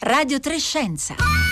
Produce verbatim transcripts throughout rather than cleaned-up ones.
Radio tre Scienza.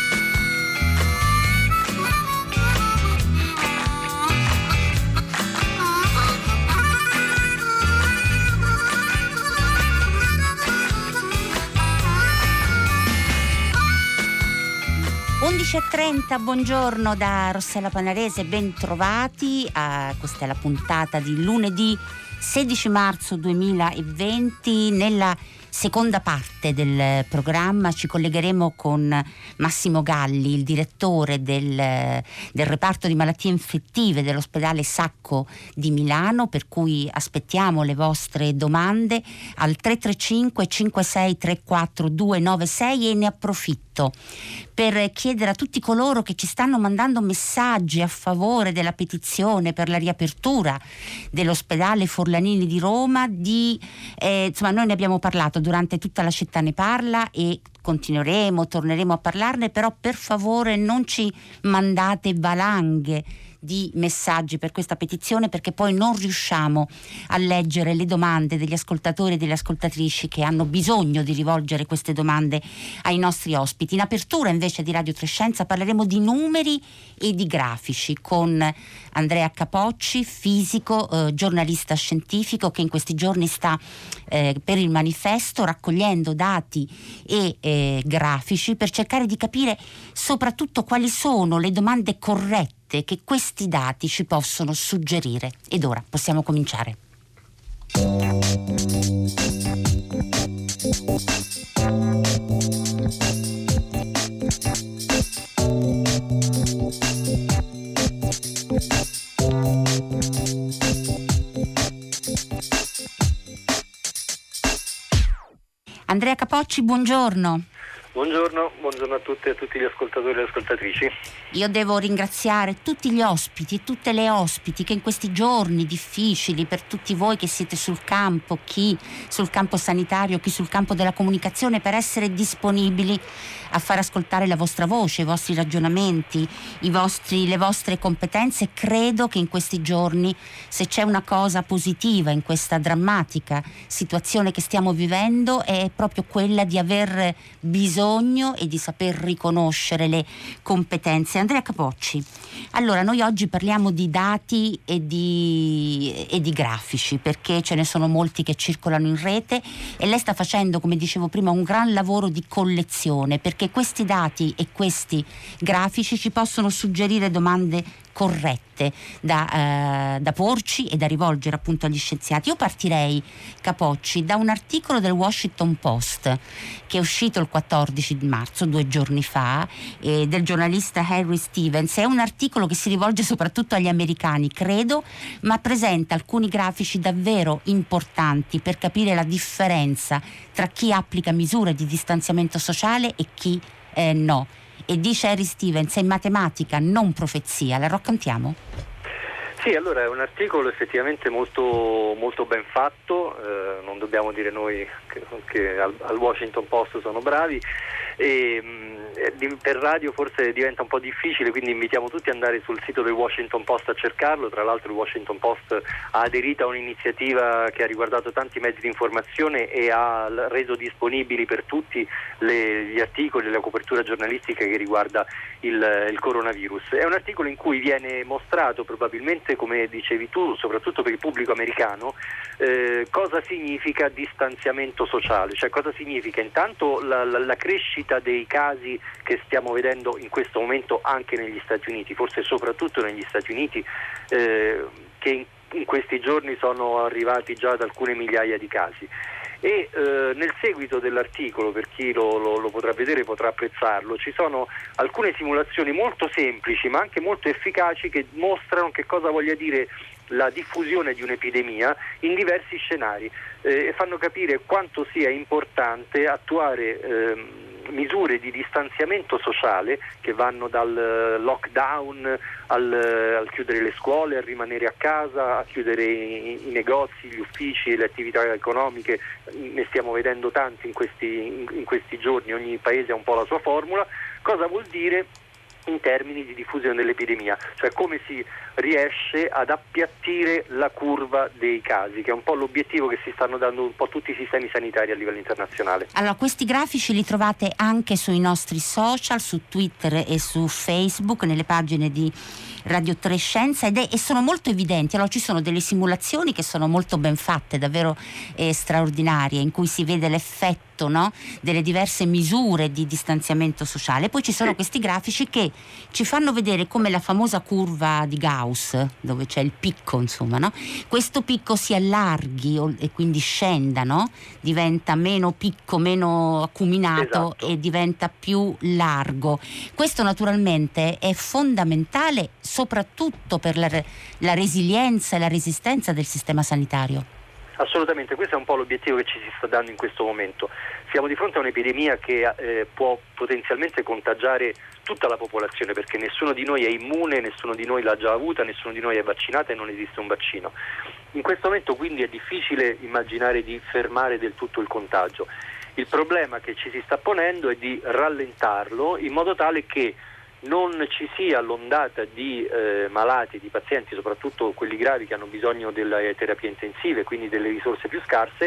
undici e trenta, buongiorno da Rossella Panarese, ben trovati. A, questa è la puntata di lunedì sedici marzo duemilaventi. Nella seconda parte del programma ci collegheremo con Massimo Galli, il direttore del, del reparto di malattie infettive dell'ospedale Sacco di Milano, per cui aspettiamo le vostre domande al tre tre cinque cinque sei tre quattro due nove sei e ne approfitto per chiedere a tutti coloro che ci stanno mandando messaggi a favore della petizione per la riapertura dell'ospedale Forlanini di Roma di eh, insomma, noi ne abbiamo parlato durante tutta la città ne parla e continueremo, torneremo a parlarne, però per favore non ci mandate valanghe di messaggi per questa petizione, perché poi non riusciamo a leggere le domande degli ascoltatori e delle ascoltatrici che hanno bisogno di rivolgere queste domande ai nostri ospiti. In apertura invece di Radio tre Scienza parleremo di numeri e di grafici con Andrea Capocci, fisico, eh, giornalista scientifico, che in questi giorni sta eh, per il manifesto raccogliendo dati e eh, grafici per cercare di capire soprattutto quali sono le domande corrette che questi dati ci possono suggerire. Ed ora possiamo cominciare. Andrea Capocci, buongiorno. Buongiorno, buongiorno a tutte e a tutti gli ascoltatori e le ascoltatrici. Io devo ringraziare tutti gli ospiti e tutte le ospiti che in questi giorni difficili per tutti voi che siete sul campo, chi sul campo sanitario, chi sul campo della comunicazione, per essere disponibili a far ascoltare la vostra voce, i vostri ragionamenti, i vostri, le vostre competenze. Credo che in questi giorni, se c'è una cosa positiva in questa drammatica situazione che stiamo vivendo, è proprio quella di aver bisogno e di saper riconoscere le competenze. Andrea Capocci, allora noi oggi parliamo di dati e di, e di grafici, perché ce ne sono molti che circolano in rete e lei sta facendo, come dicevo prima, un gran lavoro di collezione, perché questi dati e questi grafici ci possono suggerire domande corrette da, eh, da porci e da rivolgere appunto agli scienziati. Io partirei, Capocci, da un articolo del Washington Post che è uscito il quattordici marzo, due giorni fa, eh, del giornalista Harry Stevens. È un articolo che si rivolge soprattutto agli americani, credo, ma presenta alcuni grafici davvero importanti per capire la differenza tra chi applica misure di distanziamento sociale e chi eh, no. E dice Harry Stevens, è matematica, non profezia. La raccontiamo? Sì, allora è un articolo effettivamente molto, molto ben fatto, eh, non dobbiamo dire noi che, che al, al Washington Post sono bravi, e mh, per radio forse diventa un po' difficile, quindi invitiamo tutti ad andare sul sito del Washington Post a cercarlo. Tra l'altro il Washington Post ha aderito a un'iniziativa che ha riguardato tanti mezzi di informazione e ha reso disponibili per tutti le, gli articoli, la copertura giornalistica che riguarda il, il coronavirus. È un articolo in cui viene mostrato, probabilmente come dicevi tu, soprattutto per il pubblico americano, eh, cosa significa distanziamento sociale, cioè cosa significa intanto la, la, la crescita dei casi che stiamo vedendo in questo momento anche negli Stati Uniti, forse soprattutto negli Stati Uniti, eh, che in, in questi giorni sono arrivati già ad alcune migliaia di casi. E eh, nel seguito dell'articolo, per chi lo, lo, lo potrà vedere potrà apprezzarlo, ci sono alcune simulazioni molto semplici ma anche molto efficaci che mostrano che cosa voglia dire la diffusione di un'epidemia in diversi scenari eh, e fanno capire quanto sia importante attuare eh, misure di distanziamento sociale che vanno dal lockdown al, al chiudere le scuole, a rimanere a casa, a chiudere i, i negozi, gli uffici, le attività economiche. Ne stiamo vedendo tanti in questi, in questi giorni, ogni paese ha un po' la sua formula. Cosa vuol dire in termini di diffusione dell'epidemia, cioè come si riesce ad appiattire la curva dei casi, che è un po' l'obiettivo che si stanno dando un po' tutti i sistemi sanitari a livello internazionale. Allora, questi grafici li trovate anche sui nostri social, su Twitter e su Facebook, nelle pagine di Radio tre Scienza, ed è, e sono molto evidenti. Allora, ci sono delle simulazioni che sono molto ben fatte, davvero eh, straordinarie, in cui si vede l'effetto, no, delle diverse misure di distanziamento sociale. Poi ci sono sì. questi grafici che ci fanno vedere come la famosa curva di Gauss, dove c'è il picco, insomma, no? Questo picco si allarghi o, e quindi scenda, no? Diventa meno picco, meno acuminato, esatto. e diventa più largo. Questo naturalmente è fondamentale soprattutto per la, la resilienza e la resistenza del sistema sanitario. Assolutamente, questo è un po' l'obiettivo che ci si sta dando in questo momento. Siamo di fronte a un'epidemia che eh, può potenzialmente contagiare tutta la popolazione, perché nessuno di noi è immune, nessuno di noi l'ha già avuta, nessuno di noi è vaccinato e non esiste un vaccino. In questo momento quindi è difficile immaginare di fermare del tutto il contagio. Il problema che ci si sta ponendo è di rallentarlo in modo tale che non ci sia l'ondata di eh, malati, di pazienti, soprattutto quelli gravi che hanno bisogno delle terapie intensive, quindi delle risorse più scarse,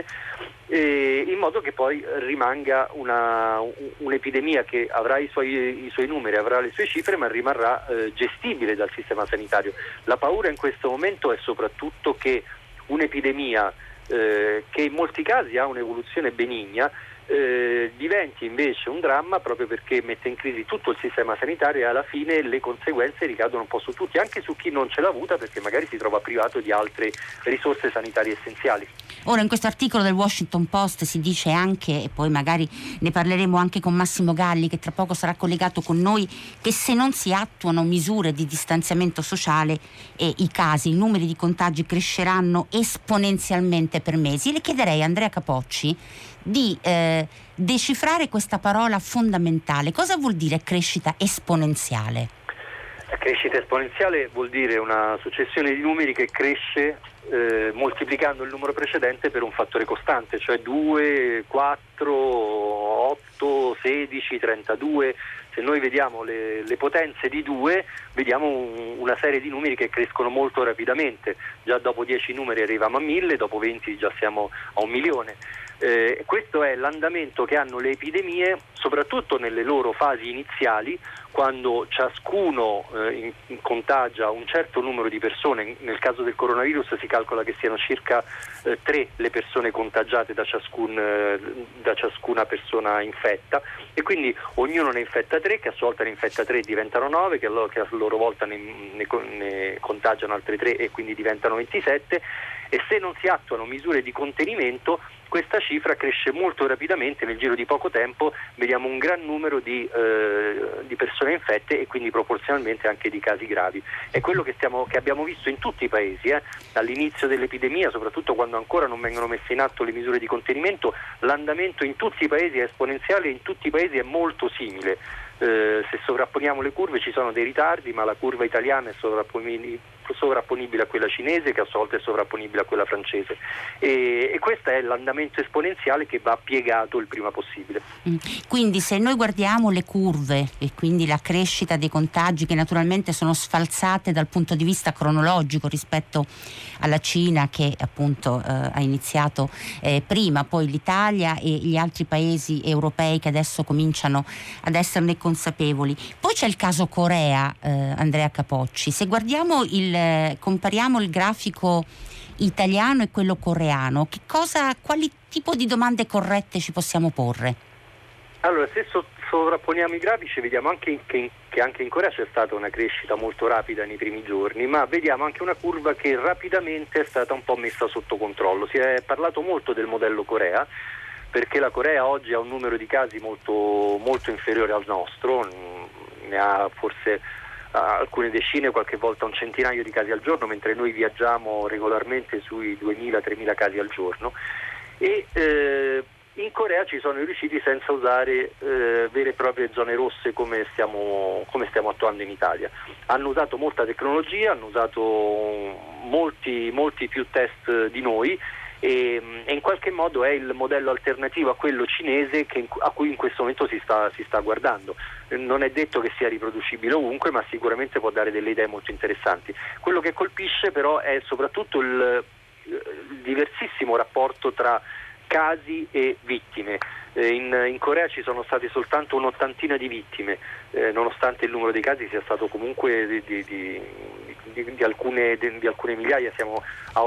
eh, in modo che poi rimanga una, un'epidemia che avrà i suoi, i suoi numeri, avrà le sue cifre, ma rimarrà eh, gestibile dal sistema sanitario. La paura in questo momento è soprattutto che un'epidemia eh, che in molti casi ha un'evoluzione benigna Eh, diventi invece un dramma, proprio perché mette in crisi tutto il sistema sanitario e alla fine le conseguenze ricadono un po' su tutti, anche su chi non ce l'ha avuta, perché magari si trova privato di altre risorse sanitarie essenziali. Ora, in questo articolo del Washington Post si dice anche, e poi magari ne parleremo anche con Massimo Galli, che tra poco sarà collegato con noi, che se non si attuano misure di distanziamento sociale eh, i casi, i numeri di contagi cresceranno esponenzialmente per mesi. Le chiederei a Andrea Capocci di eh, decifrare questa parola fondamentale. Cosa vuol dire crescita esponenziale? La crescita esponenziale vuol dire una successione di numeri che cresce eh, moltiplicando il numero precedente per un fattore costante, cioè due, quattro, otto, sedici, trentadue. Se noi vediamo le, le potenze di due, vediamo un, una serie di numeri che crescono molto rapidamente. Già dopo dieci numeri arriviamo a mille, dopo venti già siamo a un milione. Eh, questo è l'andamento che hanno le epidemie, soprattutto nelle loro fasi iniziali, quando ciascuno eh, in, in contagia un certo numero di persone. Nel caso del coronavirus si calcola che siano circa eh, tre le persone contagiate da, ciascun, eh, da ciascuna persona infetta, e quindi ognuno ne infetta tre, che a sua volta ne infetta tre e diventano nove, che a loro, che a loro volta ne, ne, ne contagiano altre tre e quindi diventano ventisette, e se non si attuano misure di contenimento questa cifra cresce molto rapidamente. Nel giro di poco tempo vediamo un gran numero di, eh, di persone infette e quindi proporzionalmente anche di casi gravi. È quello che, stiamo, che abbiamo visto in tutti i paesi, eh. All'inizio dell'epidemia, soprattutto quando ancora non vengono messe in atto le misure di contenimento, l'andamento in tutti i paesi è esponenziale e in tutti i paesi è molto simile. Eh, se sovrapponiamo le curve ci sono dei ritardi, ma la curva italiana è sovrapponibile, sovrapponibile a quella cinese, che a sua volta è sovrapponibile a quella francese, e, e questo è l'andamento esponenziale che va piegato il prima possibile. Quindi se noi guardiamo le curve e quindi la crescita dei contagi, che naturalmente sono sfalsate dal punto di vista cronologico rispetto alla Cina, che appunto eh, ha iniziato eh, prima, poi l'Italia e gli altri paesi europei che adesso cominciano ad esserne consapevoli. Poi c'è il caso Corea, eh, Andrea Capocci. Se guardiamo il eh, compariamo il grafico italiano e quello coreano, che cosa, quali tipo di domande corrette ci possiamo porre? Allora, se so- sovrapponiamo i grafici vediamo anche che, che anche in Corea c'è stata una crescita molto rapida nei primi giorni, ma vediamo anche una curva che rapidamente è stata un po' messa sotto controllo. Si è parlato molto del modello Corea, perché la Corea oggi ha un numero di casi molto, molto inferiore al nostro, ne ha forse uh, alcune decine, qualche volta un centinaio di casi al giorno, mentre noi viaggiamo regolarmente sui duemila tremila casi al giorno, e eh, in Corea ci sono riusciti senza usare eh, vere e proprie zone rosse come stiamo, come stiamo attuando in Italia. Hanno usato molta tecnologia, hanno usato molti, molti più test di noi, e, e in qualche modo è il modello alternativo a quello cinese che, a cui in questo momento si sta, si sta guardando. Non è detto che sia riproducibile ovunque, ma sicuramente può dare delle idee molto interessanti. Quello che colpisce però è soprattutto il, il diversissimo rapporto tra casi e vittime. Eh, in, in Corea ci sono state soltanto un'ottantina di vittime, eh, nonostante il numero dei casi sia stato comunque di, di, di, di, di, alcune, di, di alcune migliaia, siamo a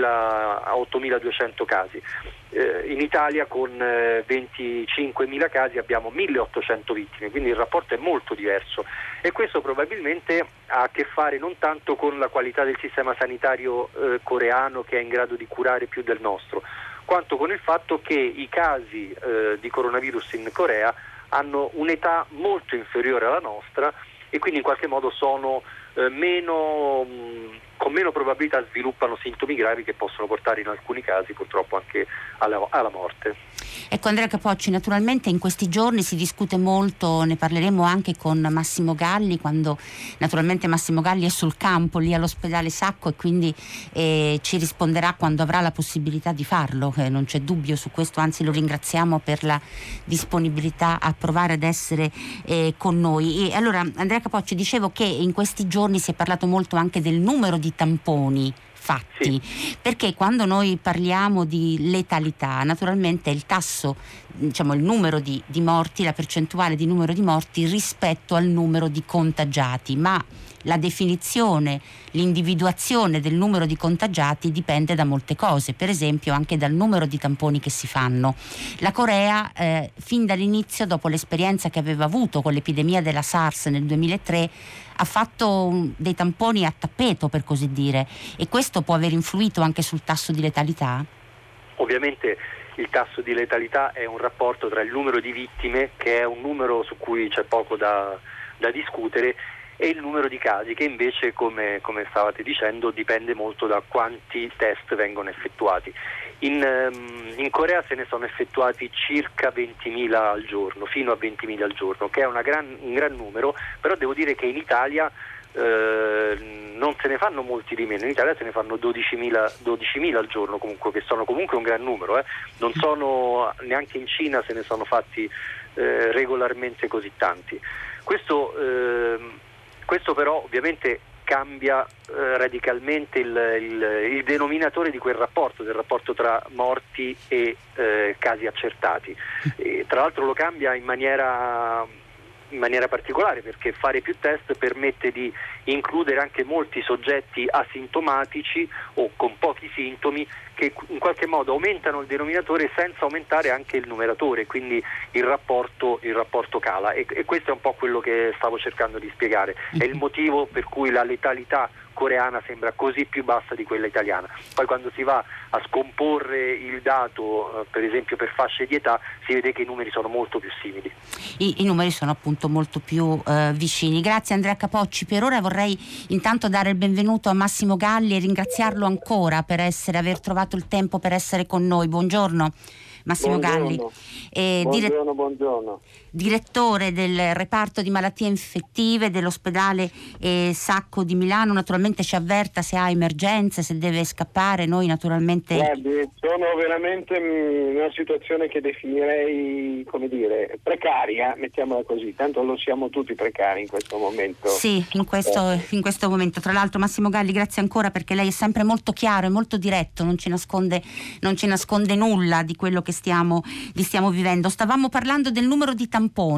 ottomiladuecento casi. Eh, in Italia con eh, venticinquemila casi abbiamo milleottocento vittime, quindi il rapporto è molto diverso e questo probabilmente ha a che fare non tanto con la qualità del sistema sanitario eh, coreano, che è in grado di curare più del nostro, quanto con il fatto che i casi eh, di coronavirus in Corea hanno un'età molto inferiore alla nostra e quindi in qualche modo sono eh, meno, mh, con meno probabilità sviluppano sintomi gravi che possono portare in alcuni casi purtroppo anche alla, alla morte. Ecco, Andrea Capocci, naturalmente in questi giorni si discute molto, ne parleremo anche con Massimo Galli, quando naturalmente Massimo Galli è sul campo lì all'ospedale Sacco e quindi eh, ci risponderà quando avrà la possibilità di farlo, eh, non c'è dubbio su questo, anzi lo ringraziamo per la disponibilità a provare ad essere eh, con noi. E allora, Andrea Capocci, dicevo che in questi giorni si è parlato molto anche del numero di tamponi fatti, sì. Perché quando noi parliamo di letalità, naturalmente il tasso, diciamo il numero di, di morti, la percentuale di numero di morti rispetto al numero di contagiati, ma la definizione, l'individuazione del numero di contagiati dipende da molte cose, per esempio anche dal numero di tamponi che si fanno. La Corea eh, fin dall'inizio, dopo l'esperienza che aveva avuto con l'epidemia della SARS nel duemilatré, ha fatto dei tamponi a tappeto, per così dire, e questo può aver influito anche sul tasso di letalità? Ovviamente il tasso di letalità è un rapporto tra il numero di vittime, che è un numero su cui c'è poco da, da discutere, e il numero di casi, che invece, come, come stavate dicendo, dipende molto da quanti test vengono effettuati. In, in Corea se ne sono effettuati circa ventimila al giorno, fino a ventimila al giorno, che è una gran, un gran numero, però devo dire che in Italia eh, non se ne fanno molti di meno, in Italia se ne fanno dodicimila al giorno, comunque, che sono comunque un gran numero, eh. Non sono, neanche in Cina se ne sono fatti eh, regolarmente così tanti. Questo, eh, questo però ovviamente cambia eh, radicalmente il, il, il denominatore di quel rapporto, del rapporto tra morti e eh, casi accertati. E, tra l'altro lo cambia in maniera, in maniera particolare, perché fare più test permette di includere anche molti soggetti asintomatici o con pochi sintomi, che in qualche modo aumentano il denominatore senza aumentare anche il numeratore, quindi il rapporto, il rapporto cala, e, e questo è un po' quello che stavo cercando di spiegare, è il motivo per cui la letalità coreana sembra così più bassa di quella italiana. Poi quando si va a scomporre il dato, eh, per esempio per fasce di età, si vede che i numeri sono molto più simili. I, i numeri sono appunto molto più eh, vicini. Grazie Andrea Capocci. Per ora vorrei intanto dare il benvenuto a Massimo Galli e ringraziarlo ancora per essere aver trovato il tempo per essere con noi. Buongiorno Massimo buongiorno. Galli. Eh, buongiorno, dire- buongiorno. Direttore del reparto di malattie infettive dell'ospedale eh, Sacco di Milano. Naturalmente ci avverta se ha emergenze, se deve scappare. Noi naturalmente... Guardi, sono veramente in una situazione che definirei, come dire, precaria, mettiamola così, tanto lo siamo tutti precari in questo momento. Sì, in questo, eh. in questo momento. Tra l'altro Massimo Galli, grazie ancora, perché lei è sempre molto chiaro e molto diretto, non ci nasconde, non ci nasconde nulla di quello che stiamo, che stiamo vivendo. Stavamo parlando del numero di tamponi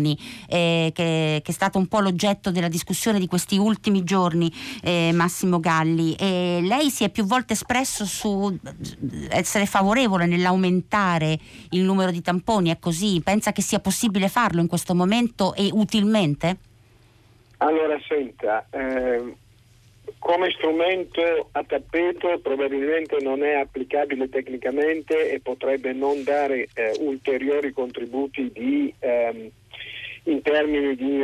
eh, che, che è stato un po' l'oggetto della discussione di questi ultimi giorni, eh, Massimo Galli, e lei si è più volte espresso su essere favorevole nell'aumentare il numero di tamponi. È così? Pensa che sia possibile farlo in questo momento e utilmente? Allora senta, eh, come strumento a tappeto probabilmente non è applicabile tecnicamente e potrebbe non dare eh, ulteriori contributi di, ehm, in termini di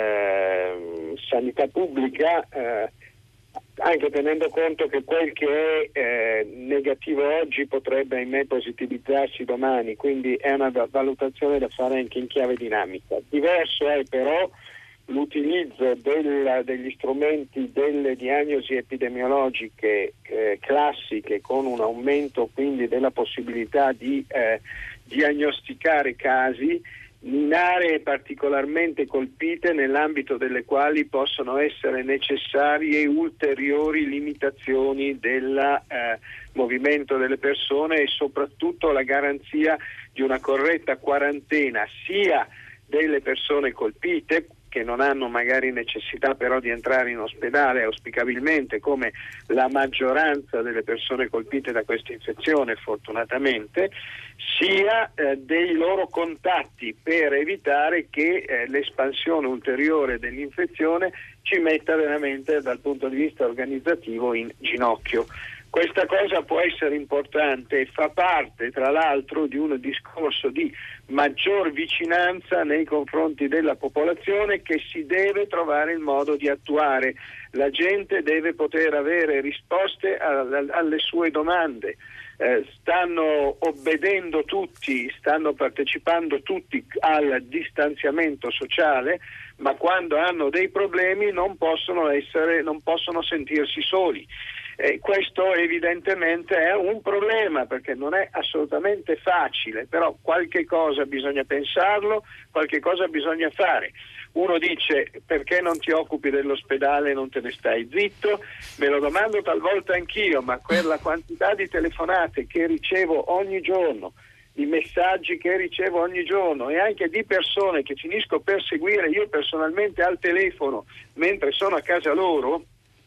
eh, sanità pubblica, eh, anche tenendo conto che quel che è eh, negativo oggi potrebbe ahimè positivizzarsi domani, quindi è una valutazione da fare anche in chiave dinamica. Diverso è però l'utilizzo del, degli strumenti delle diagnosi epidemiologiche eh, classiche, con un aumento quindi della possibilità di eh, diagnosticare casi in aree particolarmente colpite, nell'ambito delle quali possono essere necessarie ulteriori limitazioni del eh, movimento delle persone e soprattutto la garanzia di una corretta quarantena sia delle persone colpite, che non hanno magari necessità però di entrare in ospedale auspicabilmente, come la maggioranza delle persone colpite da questa infezione fortunatamente, sia eh, dei loro contatti, per evitare che eh, l'espansione ulteriore dell'infezione ci metta veramente dal punto di vista organizzativo in ginocchio. Questa cosa può essere importante e fa parte tra l'altro di un discorso di maggior vicinanza nei confronti della popolazione che si deve trovare il modo di attuare. La gente deve poter avere risposte alle sue domande. Eh, stanno obbedendo tutti, stanno partecipando tutti al distanziamento sociale, ma quando hanno dei problemi non possono essere, non possono sentirsi soli. Eh, questo evidentemente è un problema, perché non è assolutamente facile, però qualche cosa bisogna pensarlo, qualche cosa bisogna fare. Uno dice: perché non ti occupi dell'ospedale e non te ne stai zitto? Me lo domando talvolta anch'io, ma quella quantità di telefonate che ricevo ogni giorno, di messaggi che ricevo ogni giorno e anche di persone che finisco per seguire io personalmente al telefono mentre sono a casa loro,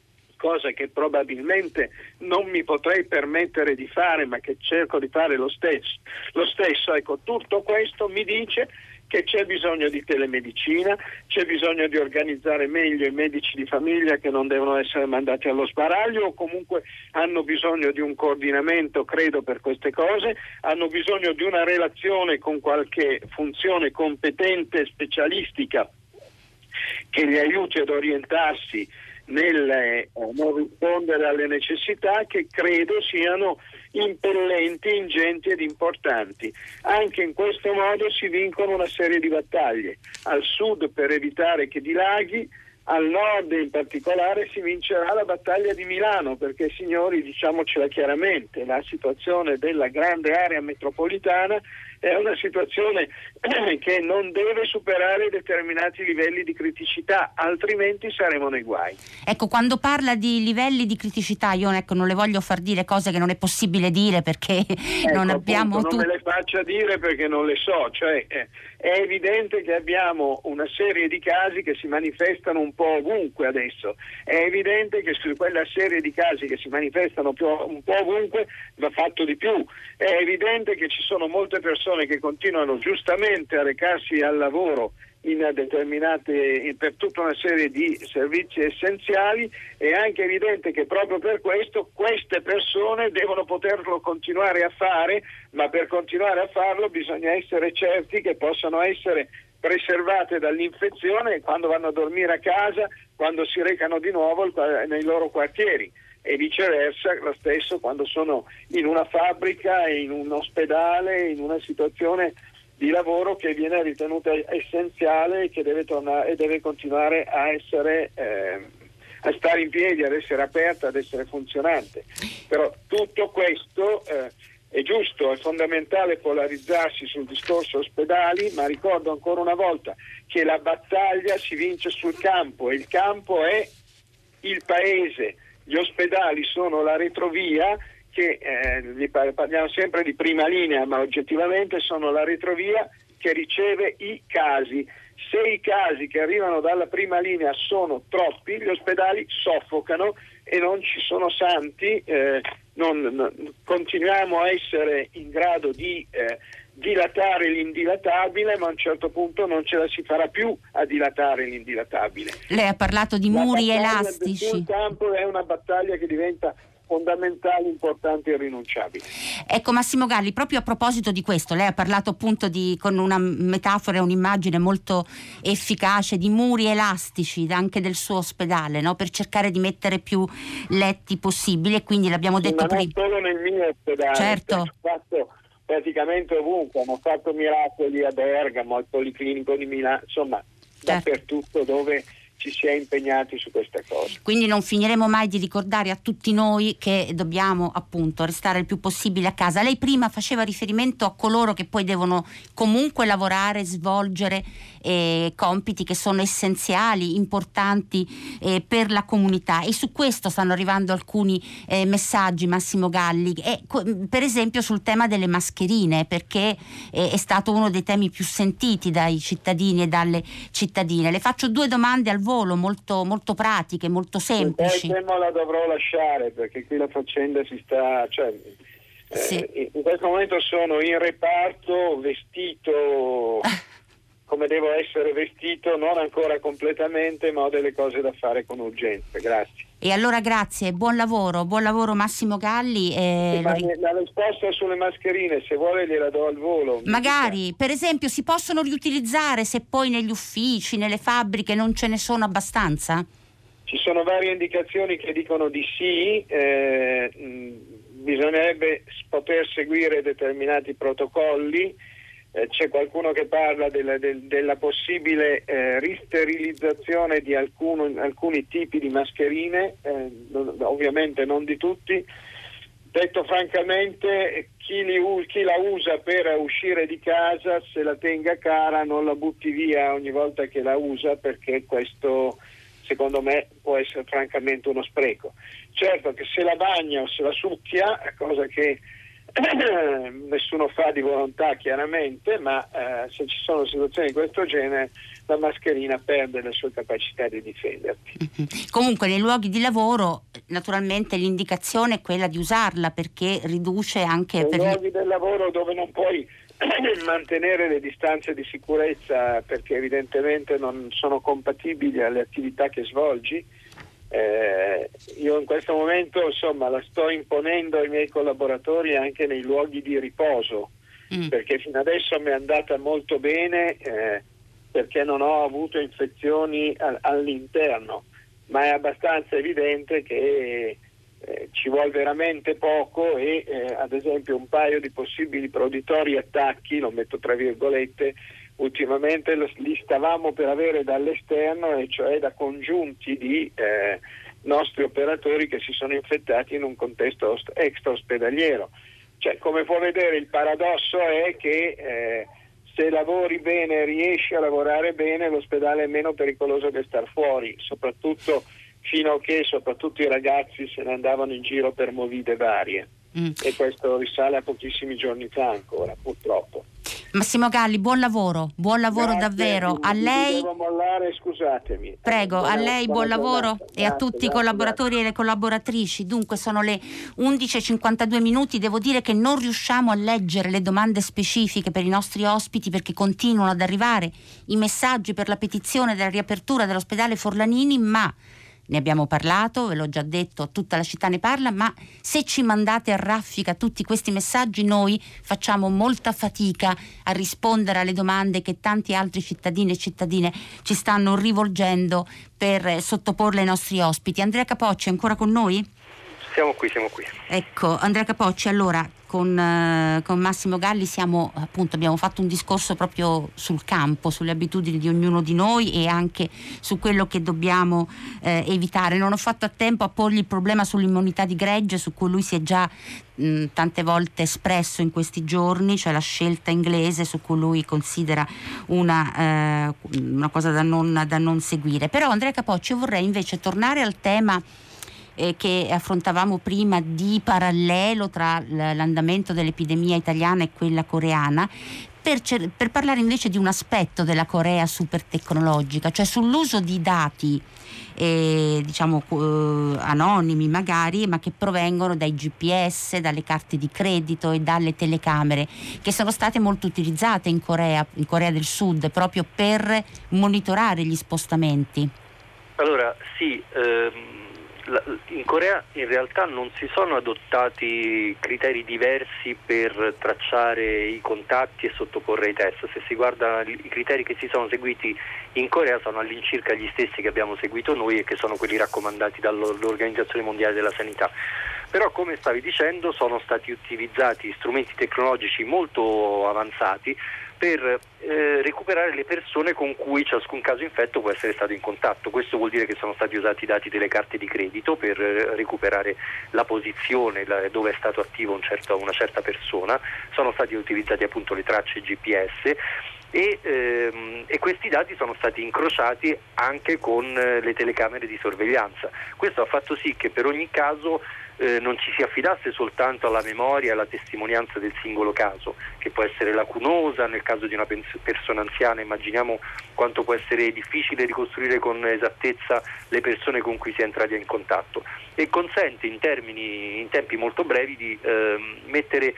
cosa che probabilmente non mi potrei permettere di fare, ma che cerco di fare lo stesso. Lo stesso, ecco, tutto questo mi dice che c'è bisogno di telemedicina, c'è bisogno di organizzare meglio i medici di famiglia che non devono essere mandati allo sbaraglio, o comunque hanno bisogno di un coordinamento, credo, per queste cose, hanno bisogno di una relazione con qualche funzione competente, specialistica, che li aiuti ad orientarsi nel eh, non rispondere alle necessità che credo siano impellenti, ingenti ed importanti. Anche in questo modo si vincono una serie di battaglie. Al sud per evitare che dilaghi, al nord in particolare si vincerà la battaglia di Milano, perché, signori, diciamocela chiaramente, la situazione della grande area metropolitana è una situazione che non deve superare determinati livelli di criticità, altrimenti saremo nei guai. Ecco, quando parla di livelli di criticità, io ecco, non le voglio far dire cose che non è possibile dire, perché ecco, non abbiamo appunto, tut- non me le faccia dire perché non le so, cioè eh, è evidente che abbiamo una serie di casi che si manifestano un po' ovunque adesso, è evidente che su quella serie di casi che si manifestano più, un po' ovunque va fatto di più, è evidente che ci sono molte persone che continuano giustamente a recarsi al lavoro in determinate, per tutta una serie di servizi essenziali, è anche evidente che proprio per questo queste persone devono poterlo continuare a fare, ma per continuare a farlo bisogna essere certi che possano essere preservate dall'infezione e quando vanno a dormire a casa, quando si recano di nuovo nei loro quartieri, e viceversa lo stesso quando sono in una fabbrica, in un ospedale, in una situazione di lavoro che viene ritenuta essenziale e che deve tornare e deve continuare a essere eh, a stare in piedi, ad essere aperta, ad essere funzionante. Però tutto questo eh, è giusto, è fondamentale polarizzarsi sul discorso ospedali, ma ricordo ancora una volta che la battaglia si vince sul campo e il campo è il paese. Gli ospedali sono la retrovia che, eh, parliamo sempre di prima linea, ma oggettivamente sono la retrovia che riceve i casi. Se i casi che arrivano dalla prima linea sono troppi, gli ospedali soffocano e non ci sono santi, eh, non, non, continuiamo a essere in grado di eh, dilatare l'indilatabile, ma a un certo punto non ce la si farà più a dilatare l'indilatabile. Lei ha parlato di muri elastici. Sul campo è una battaglia che diventa fondamentale, importante e irrinunciabile. Ecco, Massimo Galli, proprio a proposito di questo, lei ha parlato appunto di, con una metafora e un'immagine molto efficace, di muri elastici anche del suo ospedale, no? Per cercare di mettere più letti possibili, e quindi l'abbiamo detto prima. prima. Non solo nel mio ospedale, certo. Ho fatto praticamente ovunque, hanno fatto miracoli a Bergamo, al Policlinico di Milano, insomma dappertutto dove ci si è impegnati su questa cosa. Quindi non finiremo mai di ricordare a tutti noi che dobbiamo appunto restare il più possibile a casa. Lei prima faceva riferimento a coloro che poi devono comunque lavorare, svolgere eh, compiti che sono essenziali, importanti eh, per la comunità, e su questo stanno arrivando alcuni eh, messaggi, Massimo Galli, e, co- per esempio sul tema delle mascherine, perché eh, è stato uno dei temi più sentiti dai cittadini e dalle cittadine. Le faccio due domande al volo molto, molto pratiche, molto semplici. Poi temo la dovrò lasciare perché qui la faccenda si sta, cioè, sì. eh, in questo momento sono in reparto, vestito come devo essere vestito, non ancora completamente, ma ho delle cose da fare con urgenza. Grazie. E allora grazie, buon lavoro, buon lavoro Massimo Galli. Eh, ma ri- la risposta sulle mascherine, se vuole gliela do al volo. Magari, per esempio, si possono riutilizzare se poi negli uffici, nelle fabbriche non ce ne sono abbastanza? Ci sono varie indicazioni che dicono di sì, eh, mh, bisognerebbe poter seguire determinati protocolli. Eh, c'è qualcuno che parla della, del, della possibile eh, risterilizzazione di alcuno, alcuni tipi di mascherine, eh, non, ovviamente non di tutti. Detto francamente, chi, li, chi la usa per uscire di casa, se la tenga cara, non la butti via ogni volta che la usa, perché questo secondo me può essere francamente uno spreco. Certo che se la bagna o se la succhia, cosa che nessuno fa di volontà chiaramente, ma eh, se ci sono situazioni di questo genere la mascherina perde le sue capacità di difenderti. Mm-hmm. Comunque nei luoghi di lavoro naturalmente l'indicazione è quella di usarla, perché riduce anche nei per luoghi del lavoro dove non puoi mantenere le distanze di sicurezza perché evidentemente non sono compatibili alle attività che svolgi. Eh, io in questo momento insomma la sto imponendo ai miei collaboratori anche nei luoghi di riposo, mm. perché fino adesso mi è andata molto bene, eh, perché non ho avuto infezioni a- all'interno, ma è abbastanza evidente che eh, ci vuole veramente poco e eh, ad esempio un paio di possibili proditorii attacchi, lo metto tra virgolette, ultimamente li stavamo per avere dall'esterno, e cioè da congiunti di eh, nostri operatori che si sono infettati in un contesto extra ospedaliero. Cioè, come può vedere, il paradosso è che eh, se lavori bene, riesci a lavorare bene, l'ospedale è meno pericoloso che star fuori, soprattutto fino a che soprattutto i ragazzi se ne andavano in giro per movide varie. Mm. E questo risale a pochissimi giorni fa ancora, purtroppo. Massimo Galli, buon lavoro, buon lavoro. Grazie, davvero. A lei. Devo mollare, scusatemi. Prego, a lei buon lavoro e a tutti i collaboratori grazie. E le collaboratrici. Dunque sono le undici e cinquantadue minuti, devo dire che non riusciamo a leggere le domande specifiche per i nostri ospiti perché continuano ad arrivare i messaggi per la petizione della riapertura dell'ospedale Forlanini, ma ne abbiamo parlato, ve l'ho già detto, tutta la città ne parla, ma se ci mandate a raffica tutti questi messaggi noi facciamo molta fatica a rispondere alle domande che tanti altri cittadini e cittadine ci stanno rivolgendo per sottoporle ai nostri ospiti. Andrea Capocci è ancora con noi? Siamo qui, siamo qui. Ecco, Andrea Capocci, allora con, uh, con Massimo Galli siamo appunto abbiamo fatto un discorso proprio sul campo, sulle abitudini di ognuno di noi e anche su quello che dobbiamo eh, evitare. Non ho fatto a tempo a porgli il problema sull'immunità di gregge, su cui lui si è già mh, tante volte espresso in questi giorni, cioè la scelta inglese su cui lui considera una, eh, una cosa da non, da non seguire. Però Andrea Capocci, io vorrei invece tornare al tema che affrontavamo prima di parallelo tra l'andamento dell'epidemia italiana e quella coreana, per, cer- per parlare invece di un aspetto della Corea super tecnologica, cioè sull'uso di dati eh, diciamo eh, anonimi magari, ma che provengono dai G P S, dalle carte di credito e dalle telecamere, che sono state molto utilizzate in Corea, in Corea del Sud, proprio per monitorare gli spostamenti. Allora sì, ehm... in Corea in realtà non si sono adottati criteri diversi per tracciare i contatti e sottoporre i test. Se si guarda i criteri che si sono seguiti in Corea sono all'incirca gli stessi che abbiamo seguito noi e che sono quelli raccomandati dall'Organizzazione Mondiale della Sanità. Però, come stavi dicendo, sono stati utilizzati strumenti tecnologici molto avanzati per eh, recuperare le persone con cui ciascun caso infetto può essere stato in contatto. Questo vuol dire che sono stati usati i dati delle carte di credito per eh, recuperare la posizione la, dove è stato attivo un certo, una certa persona, sono stati utilizzati appunto le tracce G P S e, ehm, e questi dati sono stati incrociati anche con eh, le telecamere di sorveglianza. Questo ha fatto sì che per ogni caso Eh, non ci si affidasse soltanto alla memoria e alla testimonianza del singolo caso, che può essere lacunosa nel caso di una pens- persona anziana. Immaginiamo quanto può essere difficile ricostruire con esattezza le persone con cui si è entrati in contatto, e consente in termini in tempi molto brevi di eh, mettere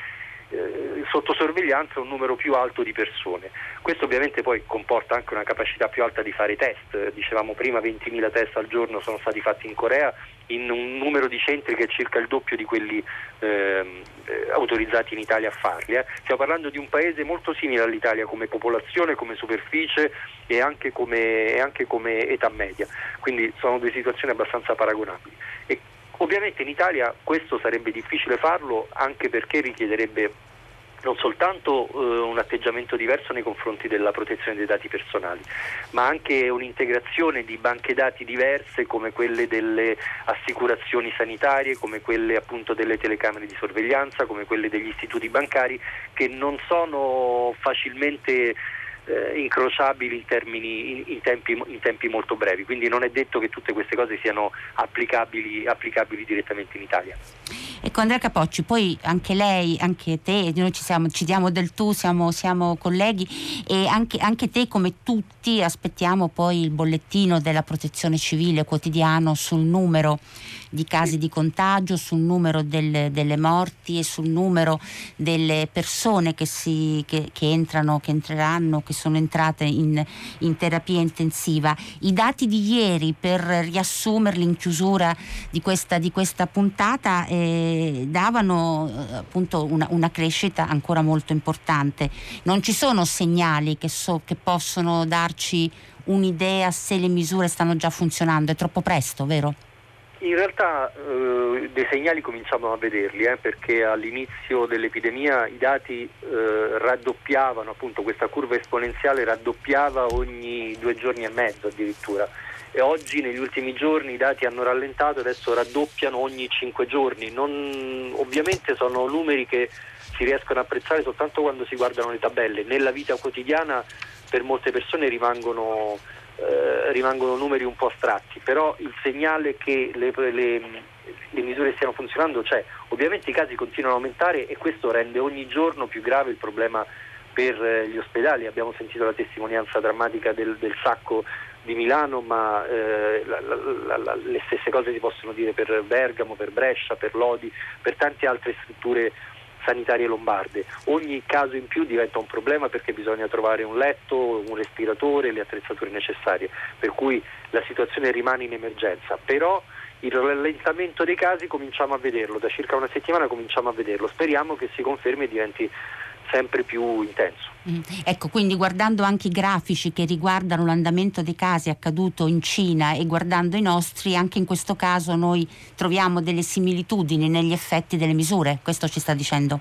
eh, sotto sorveglianza un numero più alto di persone. Questo ovviamente poi comporta anche una capacità più alta di fare test. Dicevamo prima ventimila test al giorno sono stati fatti in Corea, in un numero di centri che è circa il doppio di quelli ehm, eh, autorizzati in Italia a farli. Eh. Stiamo parlando di un paese molto simile all'Italia come popolazione, come superficie e anche come, e anche come età media, quindi sono due situazioni abbastanza paragonabili. E ovviamente in Italia questo sarebbe difficile farlo, anche perché richiederebbe non soltanto eh, un atteggiamento diverso nei confronti della protezione dei dati personali, ma anche un'integrazione di banche dati diverse come quelle delle assicurazioni sanitarie, come quelle appunto delle telecamere di sorveglianza, come quelle degli istituti bancari, che non sono facilmente eh, incrociabili in termini in, in, tempi, in tempi molto brevi, quindi non è detto che tutte queste cose siano applicabili, applicabili direttamente in Italia. Ecco, Andrea Capocci, poi anche lei, anche te, noi ci, siamo, ci diamo del tu, siamo, siamo colleghi, e anche, anche te come tutti aspettiamo poi il bollettino della Protezione Civile quotidiano sul numero di casi di contagio, sul numero del, delle morti e sul numero delle persone che, si, che, che entrano, che entreranno, che sono entrate in, in terapia intensiva. I dati di ieri, per riassumerli in chiusura di questa, di questa puntata, eh, davano eh, appunto una, una crescita ancora molto importante. Non ci sono segnali che, so, che possono darci un'idea se le misure stanno già funzionando, è troppo presto, vero? In realtà eh, dei segnali cominciamo a vederli, eh, perché all'inizio dell'epidemia i dati eh, raddoppiavano, appunto questa curva esponenziale raddoppiava ogni due giorni e mezzo addirittura, e oggi negli ultimi giorni i dati hanno rallentato, adesso raddoppiano ogni cinque giorni. Non, ovviamente sono numeri che si riescono a apprezzare soltanto quando si guardano le tabelle. Nella vita quotidiana per molte persone rimangono Eh, rimangono numeri un po' astratti, però il segnale che le, le, le misure stiano funzionando c'è. Ovviamente i casi continuano a aumentare e questo rende ogni giorno più grave il problema per eh, gli ospedali. Abbiamo sentito la testimonianza drammatica del, del Sacco di Milano, ma eh, la, la, la, le stesse cose si possono dire per Bergamo, per Brescia, per Lodi, per tante altre strutture sanitarie lombarde. Ogni caso in più diventa un problema perché bisogna trovare un letto, un respiratore, le attrezzature necessarie, per cui la situazione rimane in emergenza. Però il rallentamento dei casi cominciamo a vederlo, da circa una settimana cominciamo a vederlo, speriamo che si confermi e diventi sempre più intenso. Mm. Ecco, quindi guardando anche i grafici che riguardano l'andamento dei casi accaduto in Cina e guardando i nostri, anche in questo caso noi troviamo delle similitudini negli effetti delle misure, questo ci sta dicendo?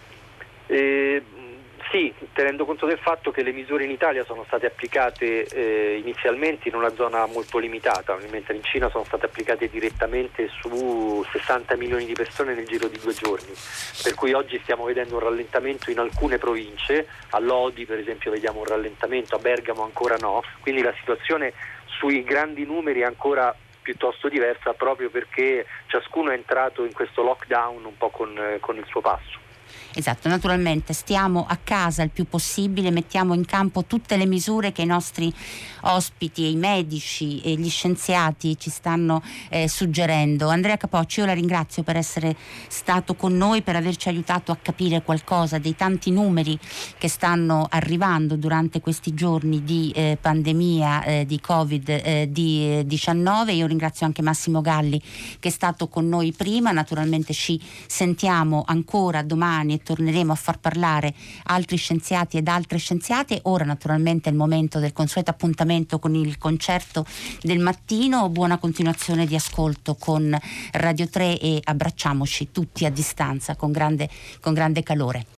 Eh, sì, tenendo conto del fatto che le misure in Italia sono state applicate eh, inizialmente in una zona molto limitata, mentre in Cina sono state applicate direttamente su sessanta milioni di persone nel giro di due giorni, per cui oggi stiamo vedendo un rallentamento in alcune province. A Lodi per esempio vediamo un rallentamento, a Bergamo ancora no, quindi la situazione sui grandi numeri è ancora piuttosto diversa, proprio perché ciascuno è entrato in questo lockdown un po' con, con il suo passo. Esatto, naturalmente stiamo a casa il più possibile, mettiamo in campo tutte le misure che i nostri ospiti e i medici e gli scienziati ci stanno eh, suggerendo. Andrea Capocci, io la ringrazio per essere stato con noi, per averci aiutato a capire qualcosa dei tanti numeri che stanno arrivando durante questi giorni di eh, pandemia eh, di covid diciannove. Io ringrazio anche Massimo Galli che è stato con noi prima, naturalmente ci sentiamo ancora domani e torneremo a far parlare altri scienziati ed altre scienziate. Ora naturalmente è il momento del consueto appuntamento con il concerto del mattino. Buona continuazione di ascolto con Radio tre e abbracciamoci tutti a distanza con grande, con grande calore.